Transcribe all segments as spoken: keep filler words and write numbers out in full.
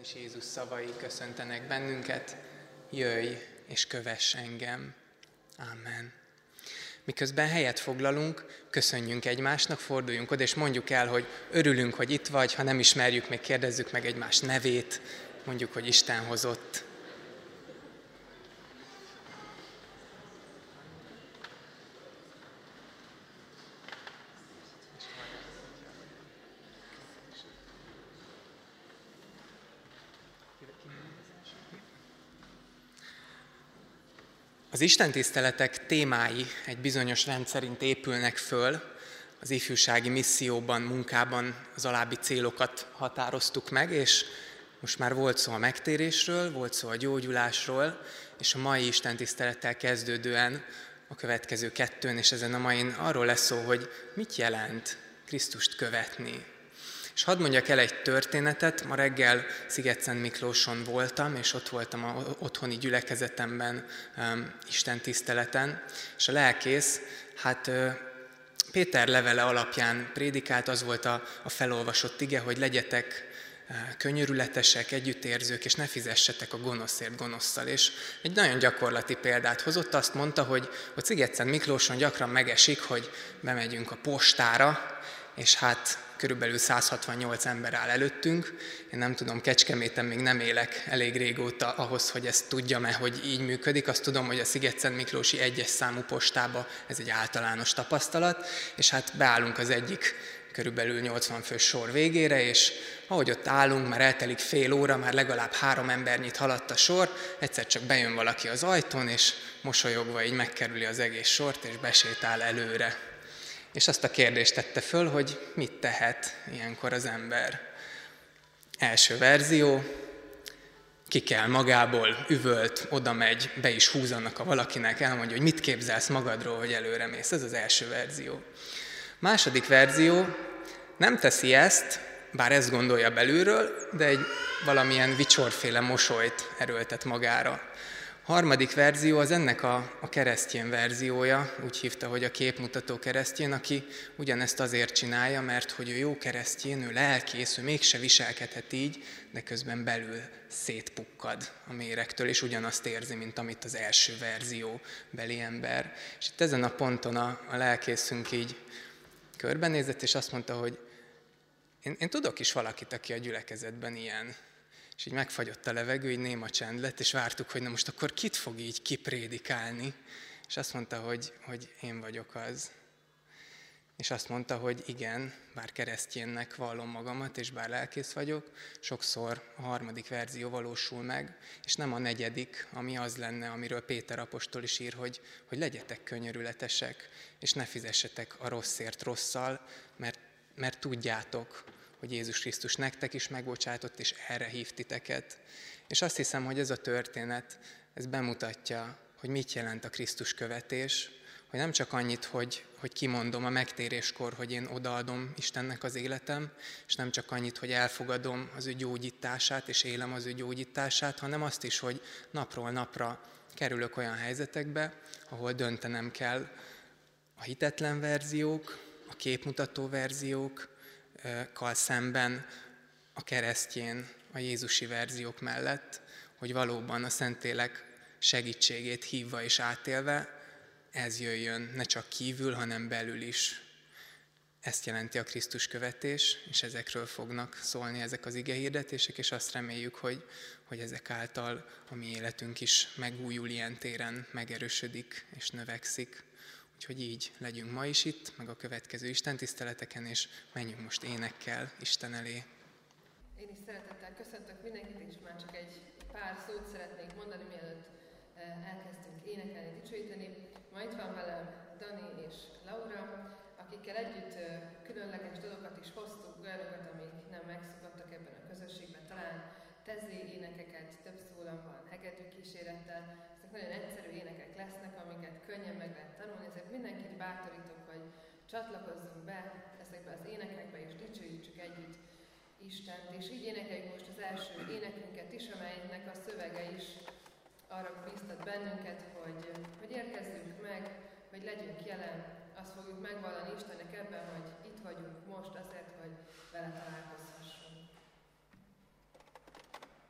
is Jézus szavai köszöntenek bennünket, jöjj és kövess engem. Amen. Miközben helyet foglalunk, köszönjünk egymásnak, forduljunk oda, és mondjuk el, hogy örülünk, hogy itt vagy, ha nem ismerjük, még kérdezzük meg egymás nevét, mondjuk, hogy Isten hozott. Az istentiszteletek témái egy bizonyos rend szerint épülnek föl. Az ifjúsági misszióban, munkában az alábbi célokat határoztuk meg, és most már volt szó a megtérésről, volt szó a gyógyulásról, és a mai istentisztelettel kezdődően a következő kettőn, és ezen a main arról lesz szó, hogy mit jelent Krisztust követni. És hadd mondjak el egy történetet, ma reggel Szigetszent Miklóson voltam, és ott voltam az otthoni gyülekezetemben um, istentiszteleten, és a lelkész, hát uh, Péter levele alapján prédikált, az volt a, a felolvasott ige, hogy legyetek uh, könyörületesek, együttérzők, és ne fizessetek a gonoszért gonosszal. És egy nagyon gyakorlati példát hozott, azt mondta, hogy, hogy Szigetszent Miklóson gyakran megesik, hogy bemegyünk a postára, és hát körülbelül száz hatvannyolc ember áll előttünk. Én nem tudom, Kecskeméten még nem élek elég régóta ahhoz, hogy ezt tudjam-e, hogy így működik. Azt tudom, hogy a Szigetszent Miklósi egyes számú postába ez egy általános tapasztalat, és hát beállunk az egyik körülbelül nyolcvan fős sor végére, és ahogy ott állunk, már eltelik fél óra, már legalább három embernyit haladt a sor, egyszer csak bejön valaki az ajtón, és mosolyogva így megkerüli az egész sort, és besétál előre. És azt a kérdést tette föl, hogy mit tehet ilyenkor az ember. Első verzió, ki kell magából, üvölt, oda megy, be is húz annak a valakinek, elmondja, hogy mit képzelsz magadról, hogy előre mész. Ez az első verzió. Második verzió, nem teszi ezt, bár ezt gondolja belülről, de egy valamilyen vicsorféle mosolyt erőltet magára. Harmadik verzió az ennek a, a keresztjén verziója, úgy hívta, hogy a képmutató keresztjén, aki ugyanezt azért csinálja, mert hogy ő jó keresztjén, ő lelkész, ő mégse viselkedhet így, de közben belül szétpukkad a méregtől, és ugyanazt érzi, mint amit az első verzió beli ember. És itt ezen a ponton a, a lelkészünk így körbenézett, és azt mondta, hogy én, én tudok is valakit, aki a gyülekezetben ilyen. És így megfagyott a levegő, így néma csend lett, és vártuk, hogy na most akkor kit fog így kiprédikálni. És azt mondta, hogy, hogy én vagyok az. És azt mondta, hogy igen, bár keresztjénnek vallom magamat, és bár lelkész vagyok, sokszor a harmadik verzió valósul meg, és nem a negyedik, ami az lenne, amiről Péter apostol is ír, hogy, hogy legyetek könyörületesek, és ne fizessetek a rosszért rosszal, mert, mert tudjátok, hogy Jézus Krisztus nektek is megbocsátott, és erre hív titeket. És azt hiszem, hogy ez a történet, ez bemutatja, hogy mit jelent a Krisztus követés, hogy nem csak annyit, hogy, hogy kimondom a megtéréskor, hogy én odaadom Istennek az életem, és nem csak annyit, hogy elfogadom az ő gyógyítását, és élem az ő gyógyítását, hanem azt is, hogy napról napra kerülök olyan helyzetekbe, ahol döntenem kell a hitetlen verziók, a képmutató verziók, kal szemben a keresztjén, a jézusi verziók mellett, hogy valóban a Szentlélek segítségét hívva és átélve ez jöjjön, ne csak kívül, hanem belül is. Ezt jelenti a Krisztus követés, és ezekről fognak szólni ezek az igehirdetések, és azt reméljük, hogy, hogy ezek által a mi életünk is megújul ilyen téren, megerősödik és növekszik. Úgyhogy így legyünk ma is itt, meg a következő istentiszteleteken, és menjünk most énekkel Isten elé. Én is szeretettel köszöntök mindenkit, és már csak egy pár szót szeretnék mondani, mielőtt elkezdünk énekelni, dicsőíteni. Ma itt van velem Dani és Laura, akikkel együtt különleges dolgokat is hoztuk, olyanokat, amik nem megszokottak ebben a közösségben. Talán tezé énekeket, több szólamban, hegedű kísérettel. Ezek nagyon egyszerű énekek lesznek, amiket könnyen meg lehet tanulni. Ezért mindenkit bátorítok, hogy csatlakozzunk be ezekbe az énekekbe, és dicsőítsük együtt Istent. És így énekeljük most az első énekünket is, amelynek a szövege is arra bíztat bennünket, hogy, hogy érkezzünk meg, hogy legyünk jelen. Azt fogjuk megvallani Istennek ebben, hogy itt vagyunk most azért, hogy vele találkozhassunk.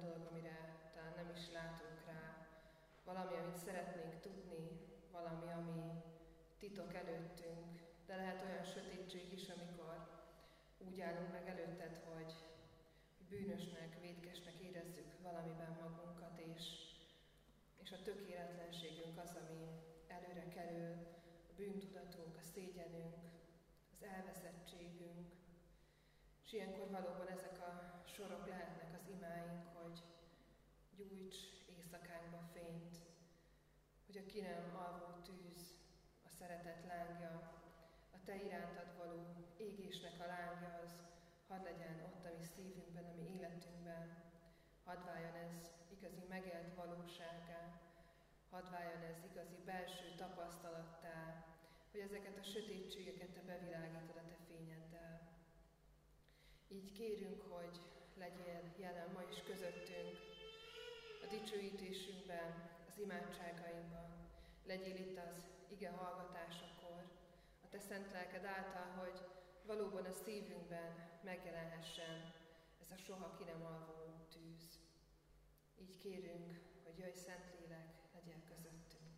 dolog, amire talán nem is látunk rá, valami, amit szeretnénk tudni, valami, ami titok előttünk, de lehet olyan sötétség is, amikor úgy állunk meg előtted, hogy bűnösnek, vétkesnek érezzük valamiben magunkat, és, és a tökéletlenségünk az, ami előre kerül, a bűntudatunk, a szégyenünk, az elveszettségünk. És ilyenkor valóban ezek a sorok lehetnek az imáink, hogy gyújts éjszakánkba fényt, hogy a ki nem alvó tűz, a szeretet lángja, a te irántad való égésnek a lángja az hadd legyen ott a mi szívünkben, a mi életünkben, hadd váljon ez igazi megélt valósággá, hadd váljon ez igazi belső tapasztalattá, hogy ezeket a sötétségeket te bevilágítod a te fényeddel. Így kérünk, hogy legyél jelen ma is közöttünk, a dicsőítésünkben, az imádságainkban, legyél itt az ige hallgatásakor, a te szent lelked által, hogy valóban a szívünkben megjelenhessen ez a soha ki nem alvó tűz. Így kérünk, hogy jöjj Szentlélek, legyél közöttünk.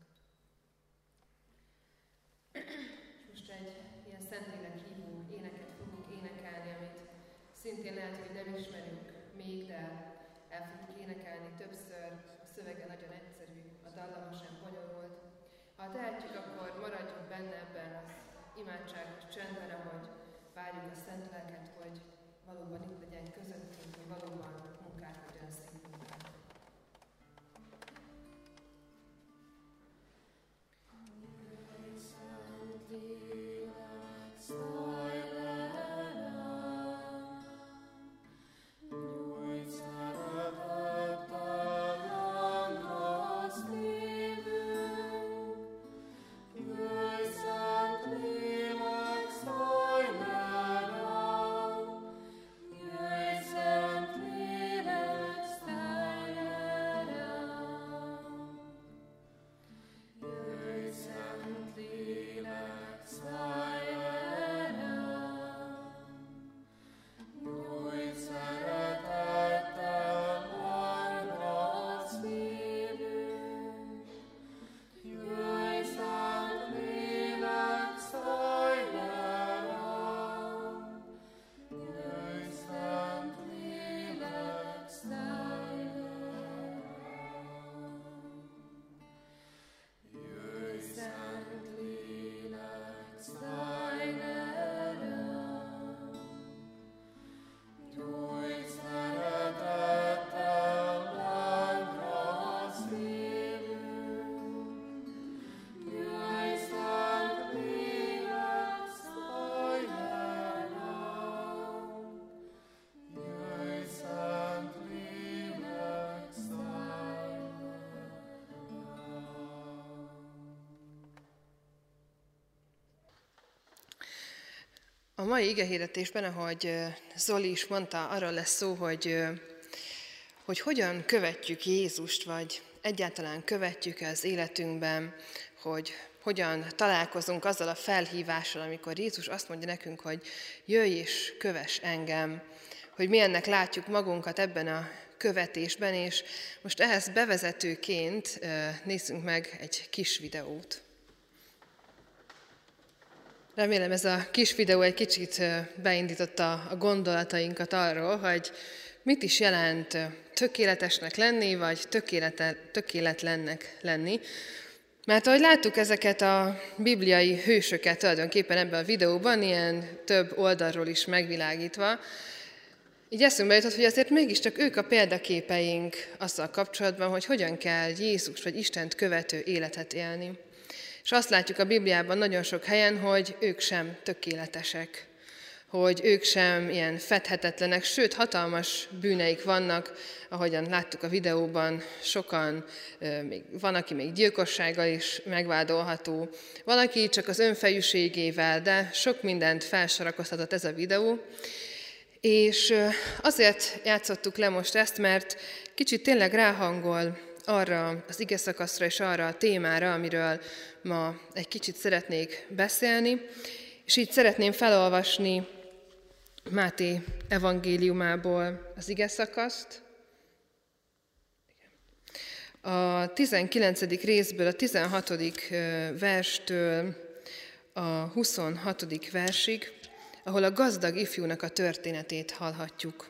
És most egy ilyen Szentlélek hívó éneket fogunk énekelni, amit szintén lehet, hogy nem ismerünk még, de el fogjuk énekelni többször. A szövege nagyon egyszerű, a dallama sem bonyolult. Ha tehetjük, akkor maradjunk benne ebben az imádságos csendben, ahogy várjuk a Szent Lelket, hogy valóban itt legyen közöttünk, hogy valóban munkálkodjon szívünkben. A mai igehirdetésben, ahogy Zoli is mondta, arról lesz szó, hogy, hogy hogyan követjük Jézust, vagy egyáltalán követjük az életünkben, hogy hogyan találkozunk azzal a felhívással, amikor Jézus azt mondja nekünk, hogy jöjj és kövess engem, hogy milyennek látjuk magunkat ebben a követésben, és most ehhez bevezetőként nézzünk meg egy kis videót. Remélem ez a kis videó egy kicsit beindította a gondolatainkat arról, hogy mit is jelent tökéletesnek lenni, vagy tökéletlennek lenni. Mert ahogy láttuk ezeket a bibliai hősöket tulajdonképpen ebben a videóban, ilyen több oldalról is megvilágítva, így eszünkbe jutott, hogy azért mégiscsak ők a példaképeink azzal kapcsolatban, hogy hogyan kell Jézus vagy Istent követő életet élni. És azt látjuk a Bibliában nagyon sok helyen, hogy ők sem tökéletesek, hogy ők sem ilyen fedhetetlenek, sőt hatalmas bűneik vannak, ahogyan láttuk a videóban, sokan, még, van, aki még gyilkossággal is megvádolható, van, aki csak az önfejűségével, de sok mindent felsorakoztatott ez a videó. És azért játszottuk le most ezt, mert kicsit tényleg ráhangol arra az igeszakaszra és arra a témára, amiről ma egy kicsit szeretnék beszélni, és így szeretném felolvasni Máté evangéliumából az igeszakaszt. A tizenkilencedik részből, a tizenhatodik verstől a huszonhatodik versig, ahol a gazdag ifjúnak a történetét hallhatjuk.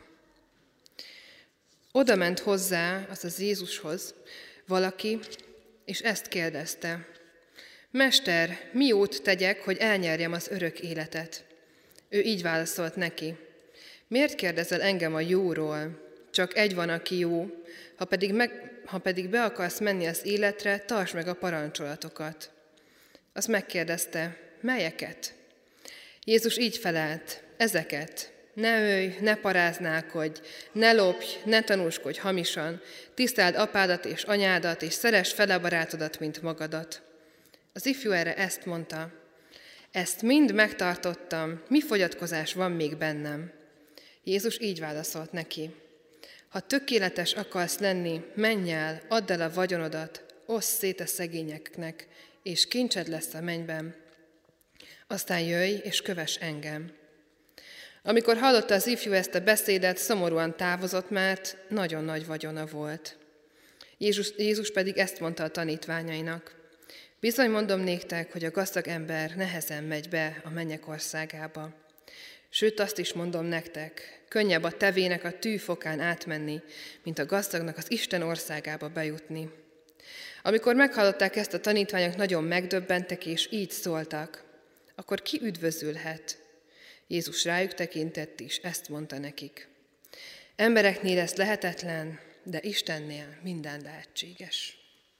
Oda ment hozzá, azaz Jézushoz, valaki, és ezt kérdezte: Mester, mi jót tegyek, hogy elnyerjem az örök életet? Ő így válaszolt neki: Miért kérdezel engem a jóról? Csak egy van, aki jó, ha pedig, meg, ha pedig be akarsz menni az életre, tartsd meg a parancsolatokat. Azt megkérdezte: Melyeket? Jézus így felelt: Ezeket. Ne ölj, ne paráználkodj, ne lopj, ne tanúskodj hamisan, tiszteld apádat és anyádat, és szeress fele barátodat, mint magadat. Az ifjú erre ezt mondta: Ezt mind megtartottam, mi fogyatkozás van még bennem? Jézus így válaszolt neki: Ha tökéletes akarsz lenni, menj el, add el a vagyonodat, oszd szét a szegényeknek, és kincsed lesz a mennyben. Aztán jöjj, és kövess engem. Amikor hallotta az ifjú ezt a beszédet, szomorúan távozott, mert nagyon nagy vagyona volt. Jézus, Jézus pedig ezt mondta a tanítványainak: Bizony mondom néktek, hogy a gazdag ember nehezen megy be a mennyek országába. Sőt, azt is mondom nektek, könnyebb a tevének a tűfokán átmenni, mint a gazdagnak az Isten országába bejutni. Amikor meghallották ezt, a tanítványok nagyon megdöbbentek, és így szóltak: Akkor ki üdvözülhet? Jézus rájuk tekintett, és ezt mondta nekik: Embereknél ez lehetetlen, de Istennél minden lehetséges.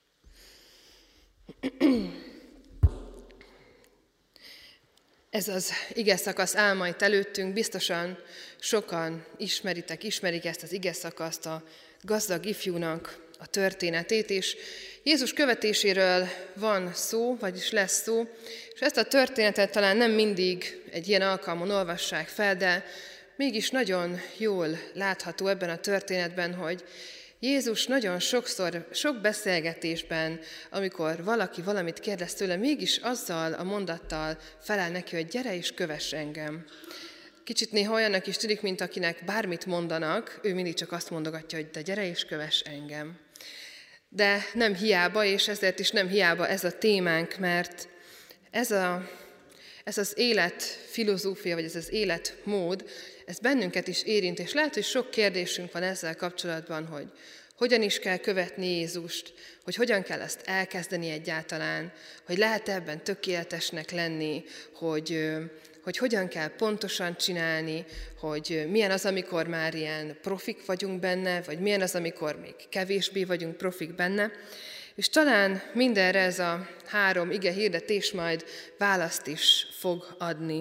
Ez az ige szakasz áll majd előttünk, biztosan sokan ismeritek, ismerik ezt az ige szakaszt, a gazdag ifjúnak a történetét, és Jézus követéséről van szó, vagyis lesz szó, és ezt a történetet talán nem mindig egy ilyen alkalmon olvassák fel, de mégis nagyon jól látható ebben a történetben, hogy Jézus nagyon sokszor, sok beszélgetésben, amikor valaki valamit kérdez tőle, mégis azzal a mondattal felel neki, hogy gyere és kövess engem. Kicsit néha olyannak is tűnik, mint akinek bármit mondanak, ő mindig csak azt mondogatja, hogy de gyere és kövess engem. De nem hiába, és ezért is nem hiába ez a témánk, mert ez, a, ez az életfilozófia, vagy ez az életmód, ez bennünket is érint, és lehet, hogy sok kérdésünk van ezzel kapcsolatban, hogy hogyan is kell követni Jézust, hogy hogyan kell ezt elkezdeni egyáltalán, hogy lehet ebben tökéletesnek lenni, hogy, hogy hogyan kell pontosan csinálni, hogy milyen az, amikor már ilyen profik vagyunk benne, vagy milyen az, amikor még kevésbé vagyunk profik benne. És talán mindenre ez a három ige hirdetés majd választ is fog adni.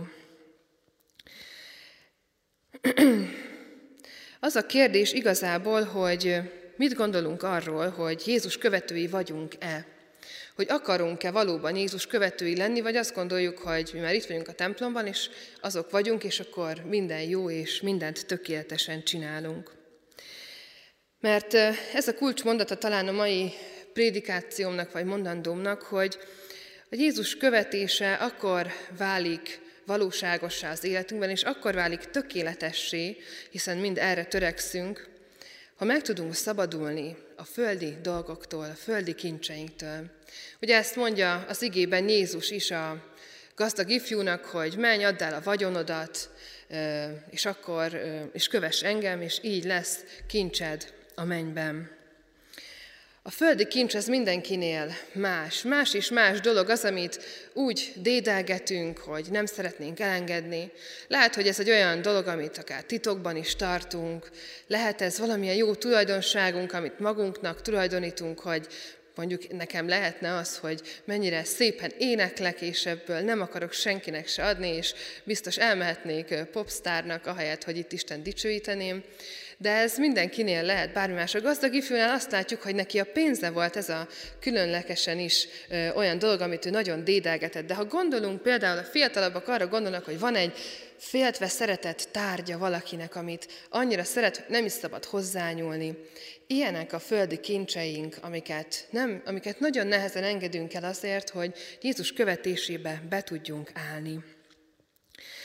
Az a kérdés igazából, hogy mit gondolunk arról, hogy Jézus követői vagyunk-e? Hogy akarunk-e valóban Jézus követői lenni, vagy azt gondoljuk, hogy mi már itt vagyunk a templomban, és azok vagyunk, és akkor minden jó, és mindent tökéletesen csinálunk. Mert ez a kulcsmondata talán a mai prédikációmnak, vagy mondandómnak, hogy a Jézus követése akkor válik valóságossá az életünkben, és akkor válik tökéletessé, hiszen mind erre törekszünk, ha meg tudunk szabadulni a földi dolgoktól, a földi kincseinktől. Ugye ezt mondja az igében Jézus is a gazdag ifjúnak, hogy menj, add el a vagyonodat, és akkor és kövess engem, és így lesz kincsed a mennyben. A földi kincs az mindenkinél más. Más és más dolog az, amit úgy dédelgetünk, hogy nem szeretnénk elengedni. Lehet, hogy ez egy olyan dolog, amit akár titokban is tartunk. Lehet ez valamilyen jó tulajdonságunk, amit magunknak tulajdonítunk, hogy mondjuk nekem lehetne az, hogy mennyire szépen éneklek, és ebből nem akarok senkinek se adni, és biztos elmehetnék popstárnak, ahelyett, hogy itt Isten dicsőíteném. De ez mindenkinél lehet, bármi más. A gazdag ifjúnál azt látjuk, hogy neki a pénze volt ez a különlegesen is ö, olyan dolog, amit ő nagyon dédelgetett. De ha gondolunk, például a fiatalabbak arra gondolnak, hogy van egy féltve szeretett tárgya valakinek, amit annyira szeret, hogy nem is szabad hozzányúlni. Ilyenek a földi kincseink, amiket, nem, amiket nagyon nehezen engedünk el azért, hogy Jézus követésébe be tudjunk állni.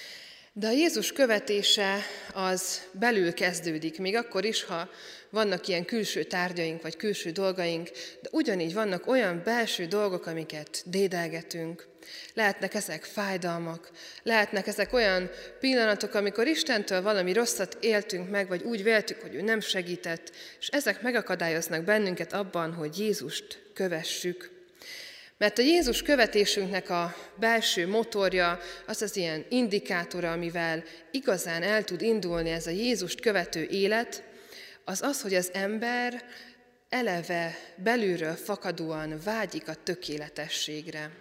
De a Jézus követése az belül kezdődik, még akkor is, ha vannak ilyen külső tárgyaink, vagy külső dolgaink, de ugyanígy vannak olyan belső dolgok, amiket dédelgetünk. Lehetnek ezek fájdalmak, lehetnek ezek olyan pillanatok, amikor Istentől valami rosszat éltünk meg, vagy úgy véltük, hogy ő nem segített, és ezek megakadályoznak bennünket abban, hogy Jézust kövessük. Mert a Jézus követésünknek a belső motorja, az az ilyen indikátora, amivel igazán el tud indulni ez a Jézust követő élet, az az, hogy az ember eleve belülről fakadóan vágyik a tökéletességre.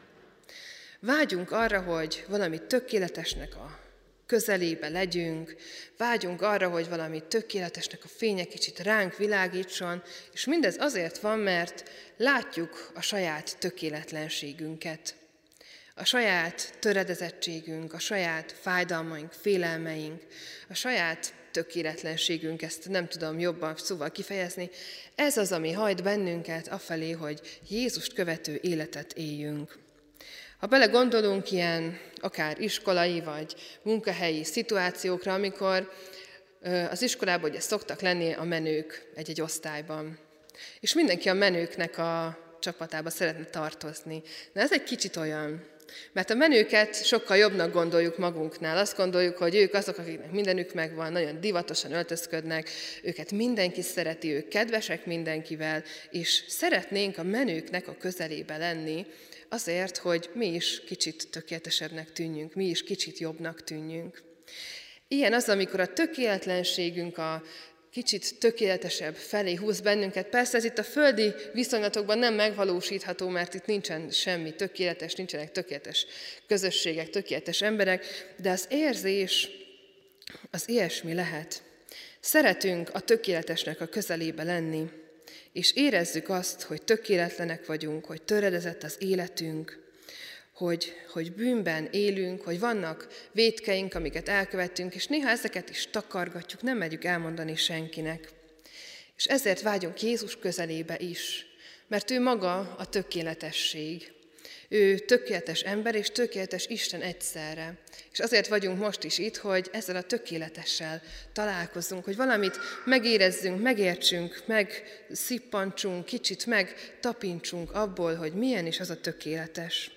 Vágyunk arra, hogy valami tökéletesnek a közelébe legyünk, vágyunk arra, hogy valami tökéletesnek a fénye kicsit ránk világítson, és mindez azért van, mert látjuk a saját tökéletlenségünket. A saját töredezettségünk, a saját fájdalmaink, félelmeink, a saját tökéletlenségünk, ezt nem tudom jobban szóval kifejezni, ez az, ami hajt bennünket afelé, hogy Jézust követő életet éljünk. Ha belegondolunk ilyen akár iskolai vagy munkahelyi szituációkra, amikor az iskolában ugye szoktak lenni a menők egy-egy osztályban, és mindenki a menőknek a csapatába szeretne tartozni. Na ez egy kicsit olyan, mert a menőket sokkal jobbnak gondoljuk magunknál. Azt gondoljuk, hogy ők azok, akiknek mindenük megvan, nagyon divatosan öltözködnek, őket mindenki szereti, ők kedvesek mindenkivel, és szeretnénk a menőknek a közelébe lenni, azért, hogy mi is kicsit tökéletesebbnek tűnjünk, mi is kicsit jobbnak tűnjünk. Ilyen az, amikor a tökéletlenségünk a kicsit tökéletesebb felé húz bennünket. Persze ez itt a földi viszonylatokban nem megvalósítható, mert itt nincsen semmi tökéletes, nincsenek tökéletes közösségek, tökéletes emberek, de az érzés az ilyesmi lehet. Szeretünk a tökéletesnek a közelébe lenni, és érezzük azt, hogy tökéletlenek vagyunk, hogy töredezett az életünk, hogy, hogy bűnben élünk, hogy vannak vétkeink, amiket elkövettünk, és néha ezeket is takargatjuk, nem megyük elmondani senkinek. És ezért vágyunk Jézus közelébe is, mert ő maga a tökéletesség. Ő tökéletes ember és tökéletes Isten egyszerre. És azért vagyunk most is itt, hogy ezzel a tökéletessel találkozzunk, hogy valamit megérezzünk, megértsünk, megszippantsunk, kicsit megtapintsunk abból, hogy milyen is az a tökéletes.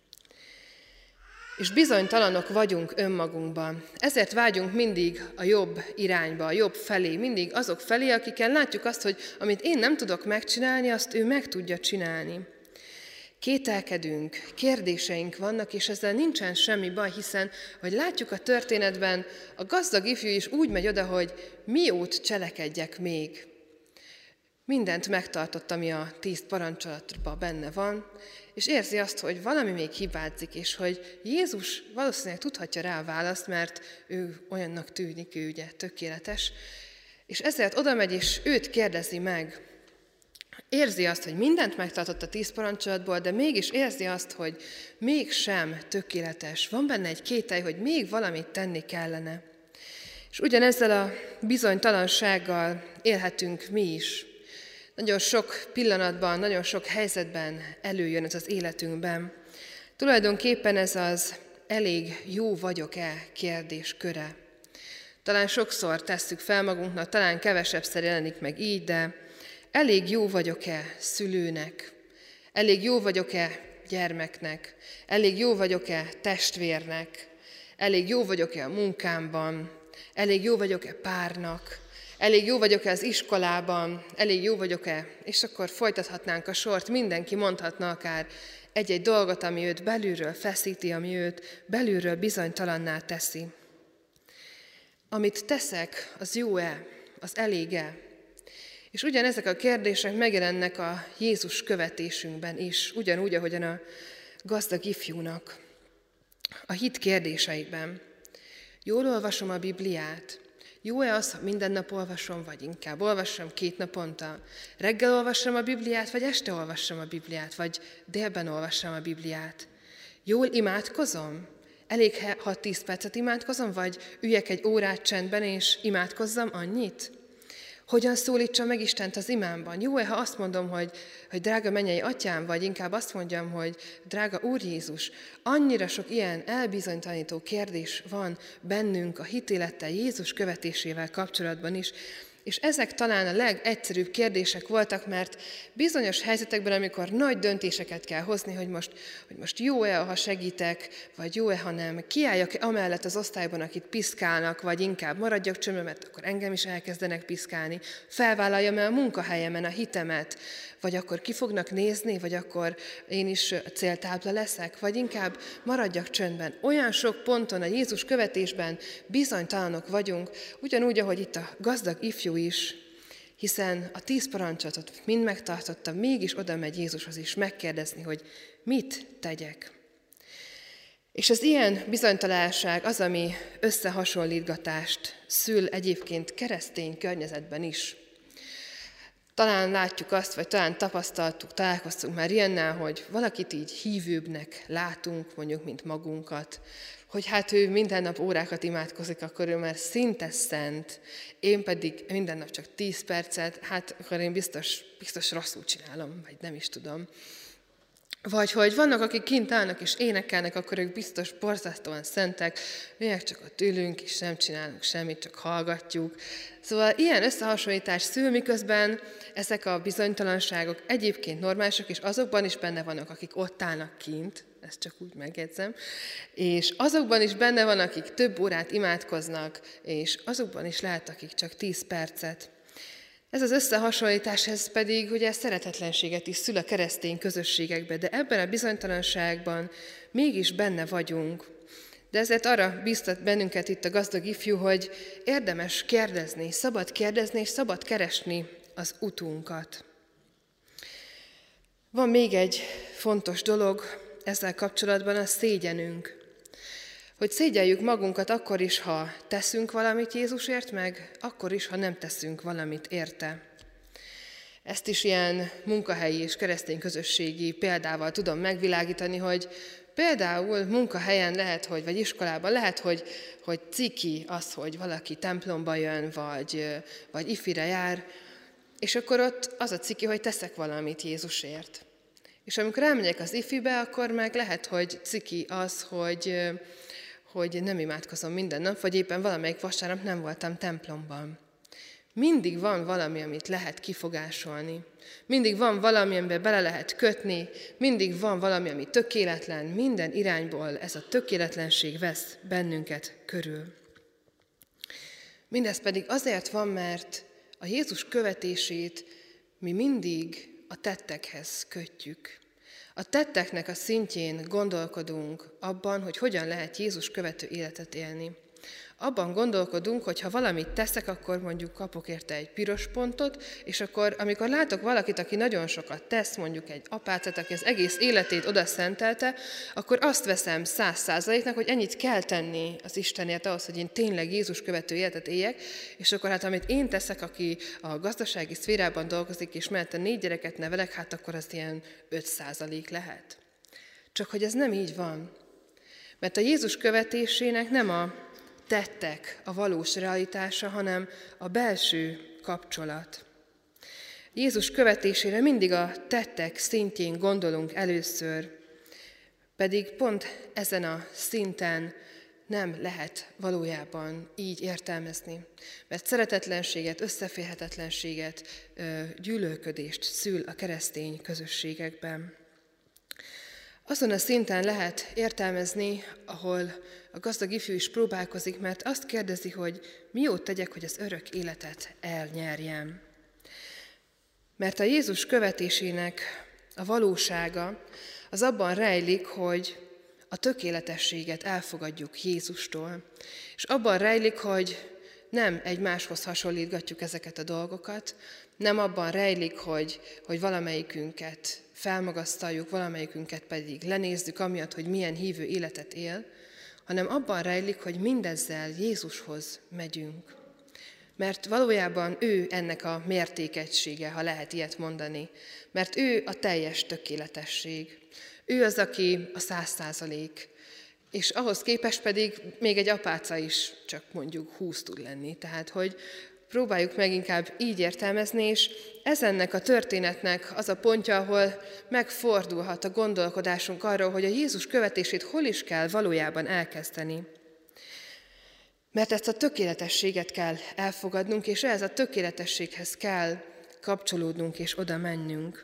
És bizonytalanok vagyunk önmagunkban. Ezért vágyunk mindig a jobb irányba, a jobb felé, mindig azok felé, akikkel látjuk azt, hogy amit én nem tudok megcsinálni, azt ő meg tudja csinálni. Kételkedünk, kérdéseink vannak, és ezzel nincsen semmi baj, hiszen, hogy látjuk a történetben, a gazdag ifjú is úgy megy oda, hogy miót cselekedjek még. Mindent megtartott, ami a tíz parancsolatban benne van, és érzi azt, hogy valami még hibázik, és hogy Jézus valószínűleg tudhatja rá a választ, mert ő olyannak tűnik, ő ugye tökéletes, és ezért oda megy, és őt kérdezi meg. Érzi azt, hogy mindent megtartott a tíz parancsolatból, de mégis érzi azt, hogy mégsem tökéletes. Van benne egy kételj, hogy még valamit tenni kellene. És ugyanezzel a bizonytalansággal élhetünk mi is. Nagyon sok pillanatban, nagyon sok helyzetben előjön ez az életünkben. Tulajdonképpen ez az elég jó vagyok-e kérdésköre. Talán sokszor tesszük fel magunknak, talán kevesebbszer jelenik meg így, de elég jó vagyok-e szülőnek? Elég jó vagyok-e gyermeknek? Elég jó vagyok-e testvérnek? Elég jó vagyok-e a munkámban? Elég jó vagyok-e párnak? Elég jó vagyok-e az iskolában? Elég jó vagyok-e? És akkor folytathatnánk a sort, mindenki mondhatna akár egy-egy dolgot, ami őt belülről feszíti, ami őt belülről bizonytalanná teszi. Amit teszek, az jó-e? Az elég-e? És ugyanezek a kérdések megjelennek a Jézus követésünkben is, ugyanúgy, ahogyan a gazdag ifjúnak. A hit kérdéseiben. Jól olvasom a Bibliát? Jó-e az, ha minden nap olvasom, vagy inkább olvassam két naponta? Reggel olvassam a Bibliát, vagy este olvassam a Bibliát, vagy délben olvassam a Bibliát? Jól imádkozom? Elég, ha tíz percet imádkozom, vagy üljek egy órát csendben, és imádkozzam annyit? Hogyan szólítsam meg Istent az imámban? Jó-e, ha azt mondom, hogy, hogy drága mennyei atyám, vagy inkább azt mondjam, hogy drága Úr Jézus? Annyira sok ilyen elbizonytalanító kérdés van bennünk a hitélettel, Jézus követésével kapcsolatban is, és ezek talán a legegyszerűbb kérdések voltak, mert bizonyos helyzetekben, amikor nagy döntéseket kell hozni, hogy most, hogy most jó-e, ha segítek, vagy jó-e, ha nem, kiálljak amellett az osztályban, akit piszkálnak, vagy inkább maradjak csöndben, mert akkor engem is elkezdenek piszkálni, felvállaljam-e a munkahelyemen a hitemet, vagy akkor ki fognak nézni, vagy akkor én is céltábla leszek, vagy inkább maradjak csöndben. Olyan sok ponton a Jézus követésben bizonytalanok vagyunk, ugyanúgy, ahogy itt a gazdag ifjú is, hiszen a tíz parancsolatot mind megtartotta, mégis oda megy Jézushoz is megkérdezni, hogy mit tegyek. És az ilyen bizonytalanság az, ami összehasonlítgatást szül egyébként keresztény környezetben is. Talán látjuk azt, vagy talán tapasztaltuk, találkoztunk már ilyennel, hogy valakit így hívőbbnek látunk, mondjuk, mint magunkat, hogy hát ő minden nap órákat imádkozik, akkor ő már szinte szent, én pedig minden nap csak tíz percet, hát akkor én biztos, biztos rosszul csinálom, vagy nem is tudom. Vagy hogy vannak, akik kint állnak és énekelnek, akkor ők biztos borzasztóan szentek, mi meg csak ott ülünk és nem csinálunk semmit, csak hallgatjuk. Szóval ilyen összehasonlítás szül, miközben ezek a bizonytalanságok egyébként normálisak, és azokban is benne vannak, akik ott állnak kint, ezt csak úgy megjegyzem, és azokban is benne van, akik több órát imádkoznak, és azokban is lehet, akik csak tíz percet. Ez az összehasonlítás, ez pedig ugye szeretetlenséget is szül a keresztény közösségekbe, de ebben a bizonytalanságban mégis benne vagyunk. De ezért arra biztat bennünket itt a gazdag ifjú, hogy érdemes kérdezni, szabad kérdezni és szabad keresni az utunkat. Van még egy fontos dolog ezzel kapcsolatban, a szégyenünk. Hogy szégyeljük magunkat akkor is, ha teszünk valamit Jézusért, meg akkor is, ha nem teszünk valamit érte. Ezt is ilyen munkahelyi és keresztény közösségi példával tudom megvilágítani, hogy például munkahelyen lehet, hogy, vagy iskolában lehet, hogy, hogy ciki az, hogy valaki templomba jön, vagy, vagy ifire jár, és akkor ott az a ciki, hogy teszek valamit Jézusért. És amikor elmegyek az ifibe, akkor meg lehet, hogy ciki az, hogy... hogy nem imádkozom minden nap, vagy éppen valamelyik vasárnap nem voltam templomban. Mindig van valami, amit lehet kifogásolni. Mindig van valami, amiben bele lehet kötni, mindig van valami, ami tökéletlen, minden irányból ez a tökéletlenség vesz bennünket körül. Mindez pedig azért van, mert a Jézus követését mi mindig a tettekhez kötjük. A tetteknek a szintjén gondolkodunk abban, hogy hogyan lehet Jézus követő életet élni. Abban gondolkodunk, hogy ha valamit teszek, akkor mondjuk kapok érte egy piros pontot, és akkor, amikor látok valakit, aki nagyon sokat tesz, mondjuk egy apácát, aki az egész életét oda szentelte, akkor azt veszem száz százaléknak, hogy ennyit kell tenni az Istenért ahhoz, hogy én tényleg Jézus követő életet éljek, és akkor hát amit én teszek, aki a gazdasági szférában dolgozik, és mellette négy gyereket nevelek, hát akkor az ilyen öt százalék lehet. Csak hogy ez nem így van. Mert a Jézus követésének nem a tettek a valós realitása, hanem a belső kapcsolat. Jézus követésére mindig a tettek szintjén gondolunk először, pedig pont ezen a szinten nem lehet valójában így értelmezni, mert szeretetlenséget, összeférhetetlenséget, gyűlölködést szül a keresztény közösségekben. Azon a szinten lehet értelmezni, ahol a gazdag ifjú is próbálkozik, mert azt kérdezi, hogy mi jót tegyek, hogy az örök életet elnyerjem. Mert a Jézus követésének a valósága az abban rejlik, hogy a tökéletességet elfogadjuk Jézustól, és abban rejlik, hogy nem egymáshoz hasonlítgatjuk ezeket a dolgokat, nem abban rejlik, hogy, hogy valamelyikünket felmagasztaljuk, valamelyikünket pedig lenézzük amiatt, hogy milyen hívő életet él, hanem abban rejlik, hogy mindezzel Jézushoz megyünk. Mert valójában ő ennek a mértékegysége, ha lehet ilyet mondani. Mert ő a teljes tökéletesség. Ő az, aki a száz százalék. És ahhoz képest pedig még egy apáca is csak mondjuk húsz tud lenni. Tehát, hogy próbáljuk meg inkább így értelmezni, és ez ennek a történetnek az a pontja, ahol megfordulhat a gondolkodásunk arról, hogy a Jézus követését hol is kell valójában elkezdeni. Mert ezt a tökéletességet kell elfogadnunk, és ehhez a tökéletességhez kell kapcsolódnunk és oda mennünk.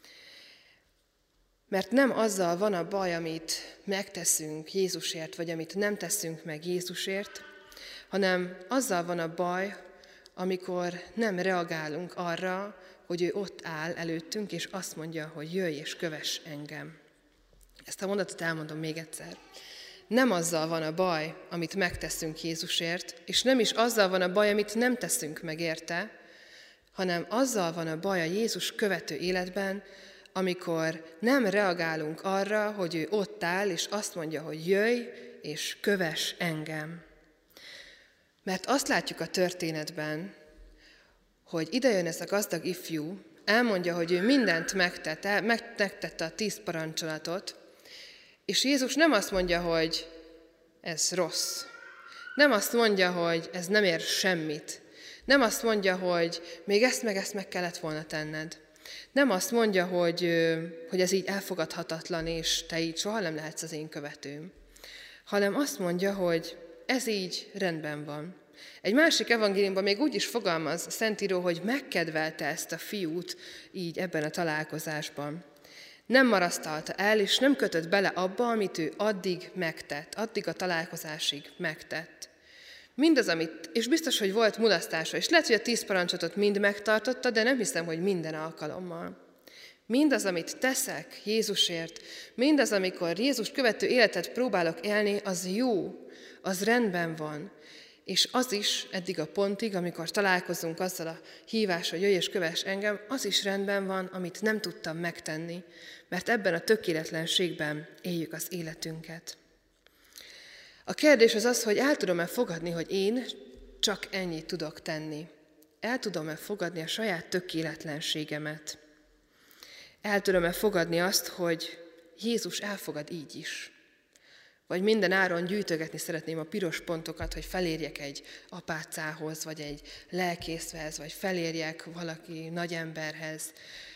Mert nem azzal van a baj, amit megteszünk Jézusért, vagy amit nem teszünk meg Jézusért, hanem azzal van a baj, amikor nem reagálunk arra, hogy ő ott áll előttünk, és azt mondja, hogy jöjj és kövess engem. Ezt a mondatot elmondom még egyszer. Nem azzal van a baj, amit megteszünk Jézusért, és nem is azzal van a baj, amit nem teszünk meg érte, hanem azzal van a baj a Jézus követő életben, amikor nem reagálunk arra, hogy ő ott áll, és azt mondja, hogy jöjj és kövess engem. Mert azt látjuk a történetben, hogy idejön ez a gazdag ifjú, elmondja, hogy ő mindent megtette, megtette a tíz parancsolatot, és Jézus nem azt mondja, hogy ez rossz. Nem azt mondja, hogy ez nem ér semmit. Nem azt mondja, hogy még ezt meg ezt meg kellett volna tenned. Nem azt mondja, hogy, hogy ez így elfogadhatatlan, és te így soha nem lehetsz az én követőm. Hanem azt mondja, hogy ez így rendben van. Egy másik evangéliumban még úgy is fogalmaz a Szentíró, hogy megkedvelte ezt a fiút így ebben a találkozásban. Nem marasztalta el, és nem kötött bele abba, amit ő addig megtett, addig a találkozásig megtett. Mindaz, amit, és biztos, hogy volt mulasztása, és lehet, hogy a tíz parancsolatot mind megtartotta, de nem hiszem, hogy minden alkalommal. Mindaz, amit teszek Jézusért, mindaz, amikor Jézus követő életet próbálok élni, az jó, az rendben van. És az is eddig a pontig, amikor találkozunk azzal a hívással, hogy jöjj és kövess engem, az is rendben van, amit nem tudtam megtenni, mert ebben a tökéletlenségben éljük az életünket. A kérdés az az, hogy el tudom-e fogadni, hogy én csak ennyit tudok tenni. El tudom-e fogadni a saját tökéletlenségemet. El tudom-e fogadni azt, hogy Jézus elfogad így is. Vagy minden áron gyűjtögetni szeretném a piros pontokat, hogy felérjek egy apácához, vagy egy lelkészhez, vagy felérjek valaki nagyemberhez.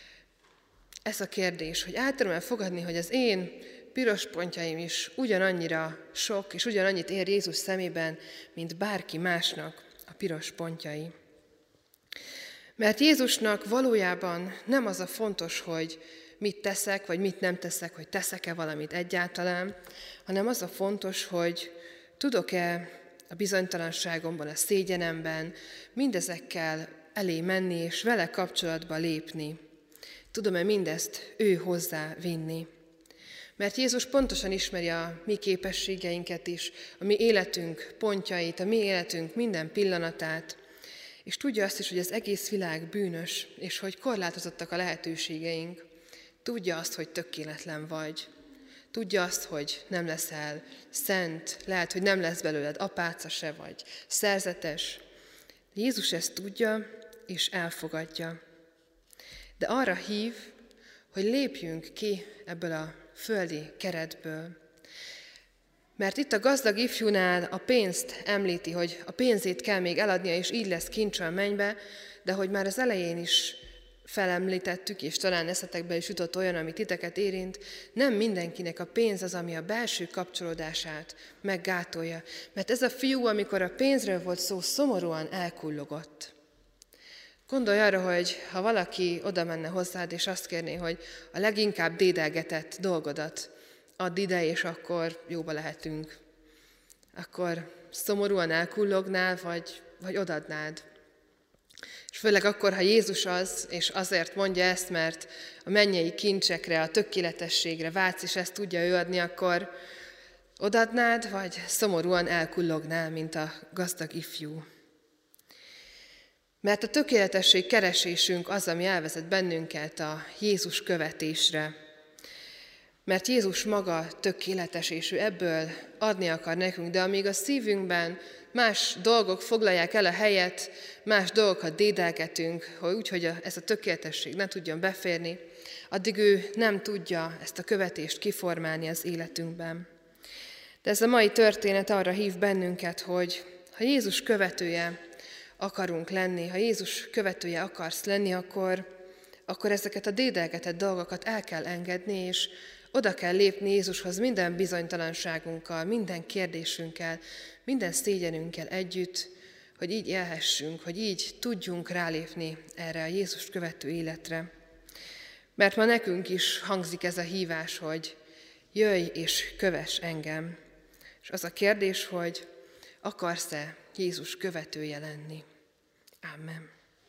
Ez a kérdés, hogy el tudom-e fogadni, hogy az én piros pontjaim is ugyanannyira sok, és ugyanannyit ér Jézus szemében, mint bárki másnak a piros pontjai. Mert Jézusnak valójában nem az a fontos, hogy mit teszek, vagy mit nem teszek, hogy teszek-e valamit egyáltalán, hanem az a fontos, hogy tudok-e a bizonytalanságomban, a szégyenemben mindezekkel elé menni, és vele kapcsolatba lépni. Tudom-e mindezt ő hozzá vinni? Mert Jézus pontosan ismeri a mi képességeinket is, a mi életünk pontjait, a mi életünk minden pillanatát, és tudja azt is, hogy az egész világ bűnös, és hogy korlátozottak a lehetőségeink. Tudja azt, hogy tökéletlen vagy. Tudja azt, hogy nem leszel szent, lehet, hogy nem lesz belőled apáca se vagy, szerzetes. Jézus ezt tudja, és elfogadja. De arra hív, hogy lépjünk ki ebből a földi keretből. Mert itt a gazdag ifjúnál a pénzt említi, hogy a pénzét kell még eladnia, és így lesz kincs a mennybe, de hogy már az elején is felemlítettük, és talán eszetekbe is jutott olyan, ami titeket érint, nem mindenkinek a pénz az, ami a belső kapcsolódását meggátolja. Mert ez a fiú, amikor a pénzről volt szó, szomorúan elkullogott. Gondolj arra, hogy ha valaki oda menne hozzád, és azt kérné, hogy a leginkább dédelgetett dolgodat add ide, és akkor jóba lehetünk. Akkor szomorúan elkullognál, vagy, vagy odadnád. És főleg akkor, ha Jézus az, és azért mondja ezt, mert a mennyei kincsekre, a tökéletességre vágysz, és ezt tudja ő adni, akkor odadnád, vagy szomorúan elkullognál, mint a gazdag ifjú. Mert a tökéletesség keresésünk az, ami elvezet bennünket a Jézus követésre. Mert Jézus maga tökéletes, és ő ebből adni akar nekünk, de amíg a szívünkben más dolgok foglalják el a helyet, más dolgokat dédelgetünk, hogy úgy, hogy ez a tökéletesség ne tudjon beférni, addig ő nem tudja ezt a követést kiformálni az életünkben. De ez a mai történet arra hív bennünket, hogy ha Jézus követője, akarunk lenni, ha Jézus követője akarsz lenni, akkor, akkor ezeket a dédelgetett dolgokat el kell engedni, és oda kell lépni Jézushoz minden bizonytalanságunkkal, minden kérdésünkkel, minden szégyenünkkel együtt, hogy így élhessünk, hogy így tudjunk rálépni erre a Jézust követő életre. Mert ma nekünk is hangzik ez a hívás, hogy jöjj és kövess engem. És az a kérdés, hogy akarsz-e Jézus követője lenni? Amen.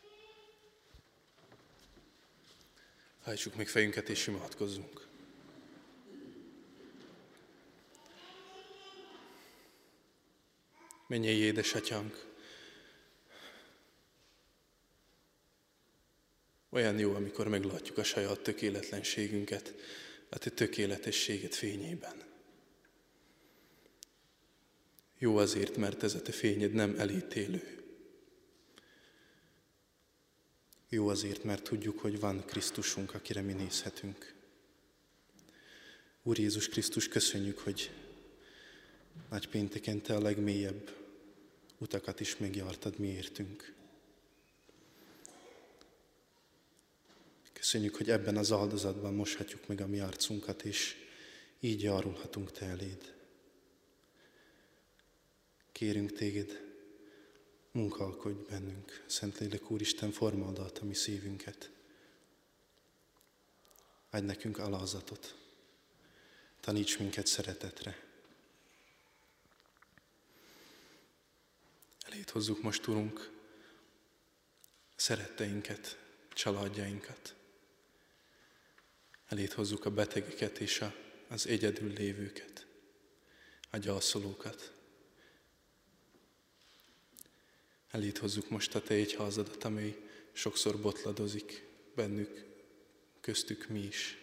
Hajtsuk meg fejünket és imádkozzunk. Mennyei édesatyánk, olyan jó, amikor meglátjuk a saját tökéletlenségünket, a te tökéletességed fényében. Jó azért, mert ez a te fényed nem elítélő. Jó azért, mert tudjuk, hogy van Krisztusunk, akire mi nézhetünk. Úr Jézus Krisztus, köszönjük, hogy nagypénteken te a legmélyebb utakat is megjártad mi értünk. Köszönjük, hogy ebben az áldozatban moshatjuk meg a mi arcunkat, és így járulhatunk te eléd. Kérünk téged, munkálkodj bennünk, Szentlélek Úristen, formáld át a mi szívünket. Adj nekünk alázatot, taníts minket szeretetre. Eléd hozzuk most, Urunk, szeretteinket, családjainkat. Eléd hozzuk a betegeket és a, az egyedül lévőket, a gyászolókat. Eléd hozzuk most a te egyházadat, amely sokszor botladozik bennük, köztük mi is.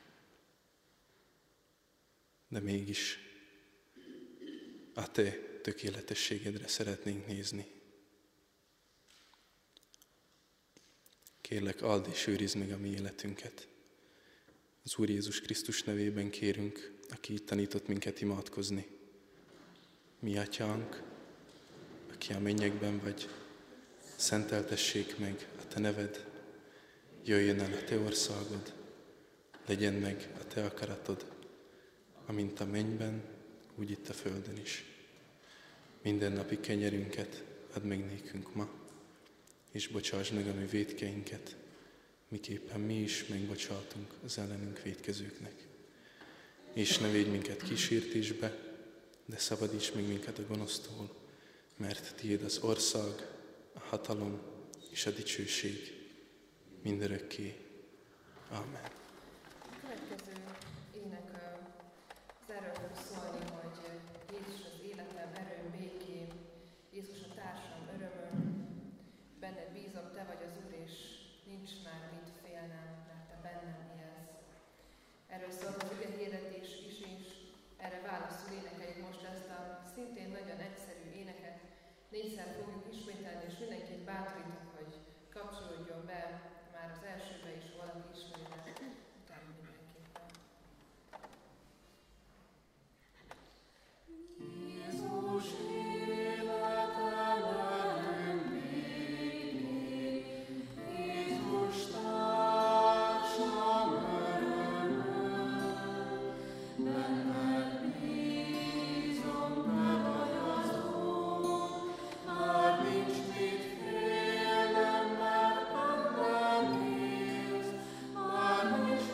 De mégis a te tökéletességedre szeretnénk nézni. Kérlek, áld és őrizd meg a mi életünket. Az Úr Jézus Krisztus nevében kérünk, aki itt tanított minket imádkozni. Mi atyánk, aki a mennyekben vagy, szenteltessék meg a te neved, jöjjön el a te országod, legyen meg a te akaratod, amint a mennyben, úgy itt a földön is. Minden napi kenyerünket add meg nékünk ma, és bocsáss meg a mi vétkeinket, miképpen mi is megbocsátunk az ellenünk vétkezőknek. És ne védj minket kísértésbe, de szabadíts meg minket a gonosztól, mert tiéd az ország, a hatalom és a dicsőség mindörökké. Amen. A következő ének az erről fog szólni, hogy Jézus az életem, erőm, békém, Jézus a társam, örömöm, benned bízom, te vagy az Úr, és nincs már mit félnem, mert te bennem élsz. Erről szól az ige hirdetés is, és erre válaszul énekeljük most ezt a szintén nagyon egyszerű éneket. Négyszer fogjuk ismételni, és mindenkit bátorítok, hogy kapcsolódjon be már az elsőbe is, valaki ismeri, de utána mindenképpen. Jézus életem, erőm, békém, Jézus társam, örömöm, benned bízom, te vagy az Úr, már nincs mit félnem, mert bennem élsz, már nincs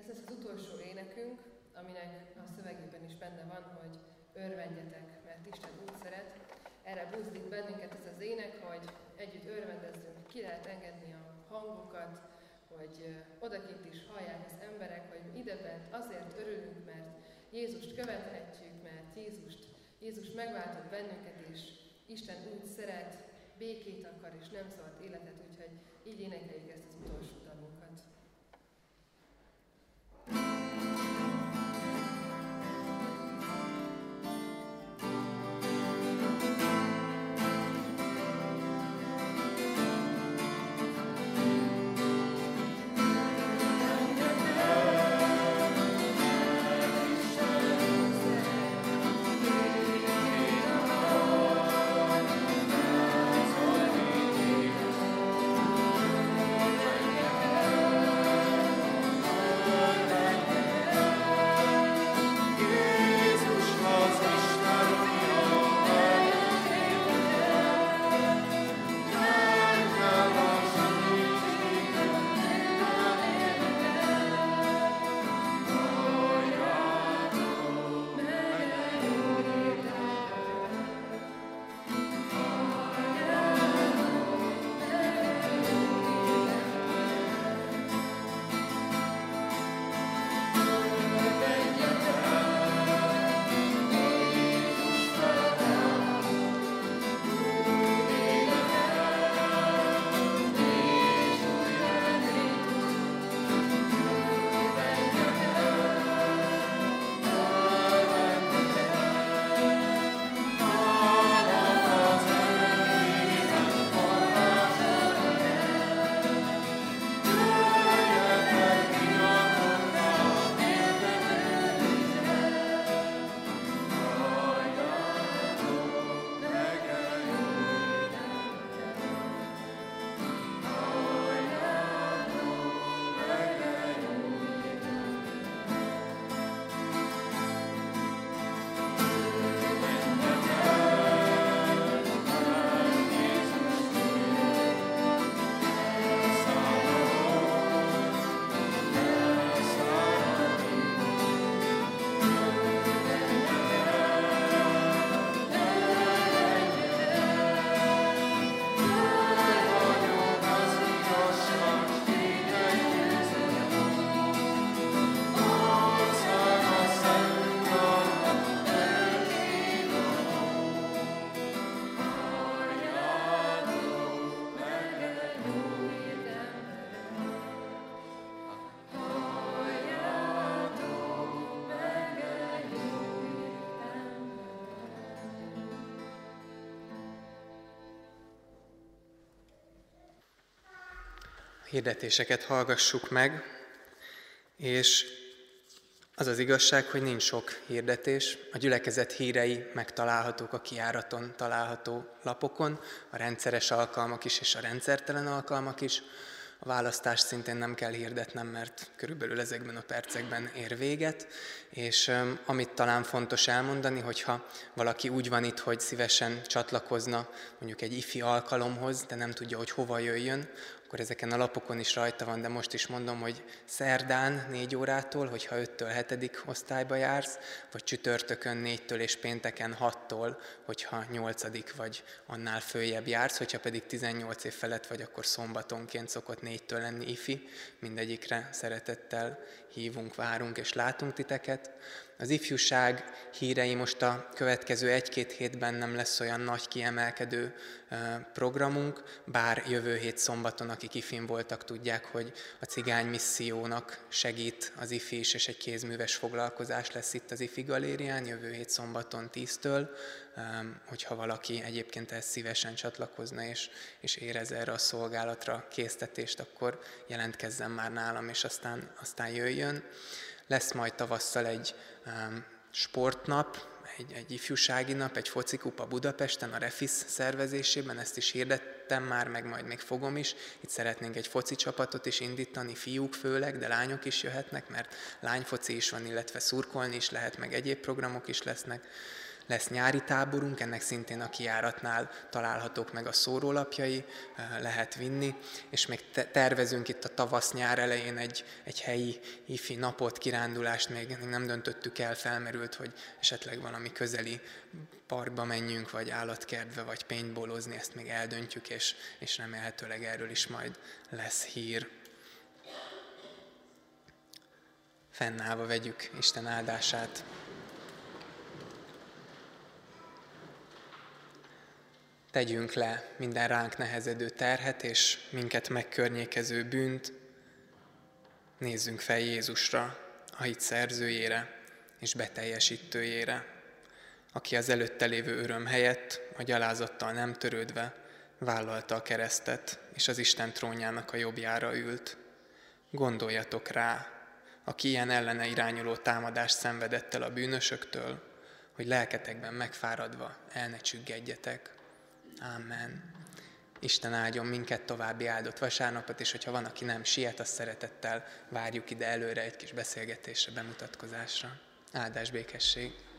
Ez lesz az utolsó énekünk, aminek a szövegében is benne van, hogy örvendjetek, mert Isten úgy szeret. Erre buzdít bennünket ez az ének, hogy együtt örvendezzünk, ki lehet engedni a hangunkat, hogy odakint is hallják az emberek, hogy idebent azért örülünk, mert Jézust követhetjük, mert Jézust, Jézus megváltott bennünket, és Isten úgy szeret, békét akar, és nem szart életet, úgyhogy így énekeljük ezt az utolsó dalunkat. Hirdetéseket hallgassuk meg, és az az igazság, hogy nincs sok hirdetés. A gyülekezet hírei megtalálhatók a kijáraton található lapokon, a rendszeres alkalmak is és a rendszertelen alkalmak is. A választást szintén nem kell hirdetnem, mert körülbelül ezekben a percekben ér véget, és um, amit talán fontos elmondani, hogyha valaki úgy van itt, hogy szívesen csatlakozna mondjuk egy ifi alkalomhoz, de nem tudja, hogy hova jöjjön, akkor ezeken a lapokon is rajta van, de most is mondom, hogy szerdán négy órától, hogyha öttől hetedik osztályba jársz, vagy csütörtökön négytől és pénteken hattól, hogyha nyolcadik vagy annál följebb jársz, hogyha pedig tizennyolc év felett vagy, akkor szombatonként szokott négytől lenni ifi. Mindegyikre szeretettel hívunk, várunk és látunk titeket. Az ifjúság hírei most a következő egy-két hétben nem lesz olyan nagy kiemelkedő programunk, bár jövő hét szombaton, akik ifin voltak, tudják, hogy a cigány missziónak segít az ifi is, és egy kézműves foglalkozás lesz itt az ifi galérián, jövő hét szombaton tíztől, hogyha valaki egyébként ehhez szívesen csatlakozna, és, és érez erre a szolgálatra késztetést, akkor jelentkezzen már nálam, és aztán, aztán jöjjön. Lesz majd tavasszal egy um, sportnap, egy, egy ifjúsági nap, egy focikupa Budapesten, a Refisz szervezésében, ezt is hirdettem már, meg majd még fogom is. Itt szeretnénk egy foci csapatot is indítani, fiúk főleg, de lányok is jöhetnek, mert lányfoci is van, illetve szurkolni is lehet, meg egyéb programok is lesznek. Lesz nyári táborunk, ennek szintén a kijáratnál találhatók meg a szórólapjai, lehet vinni, és még tervezünk itt a tavasz-nyár elején egy, egy helyi ifi napot, kirándulást, még nem döntöttük el, felmerült, hogy esetleg valami közeli parkba menjünk, vagy állatkertbe, vagy paintballozni, ezt még eldöntjük, és, és remélhetőleg erről is majd lesz hír. Fennállva vegyük Isten áldását. Tegyünk le minden ránk nehezedő terhet és minket megkörnyékező bűnt. Nézzünk fel Jézusra, a hit szerzőjére és beteljesítőjére, aki az előtte lévő öröm helyett, a gyalázattal nem törődve vállalta a keresztet, és az Isten trónjának a jobbjára ült. Gondoljatok rá, aki ilyen ellene irányuló támadást szenvedett el a bűnösöktől, hogy lelketekben megfáradva el ne csüggedjetek. Amen. Isten áldjon minket, további áldott vasárnapot, és hogyha van, aki nem siet, azt szeretettel várjuk ide előre egy kis beszélgetésre, bemutatkozásra. Áldás, békesség!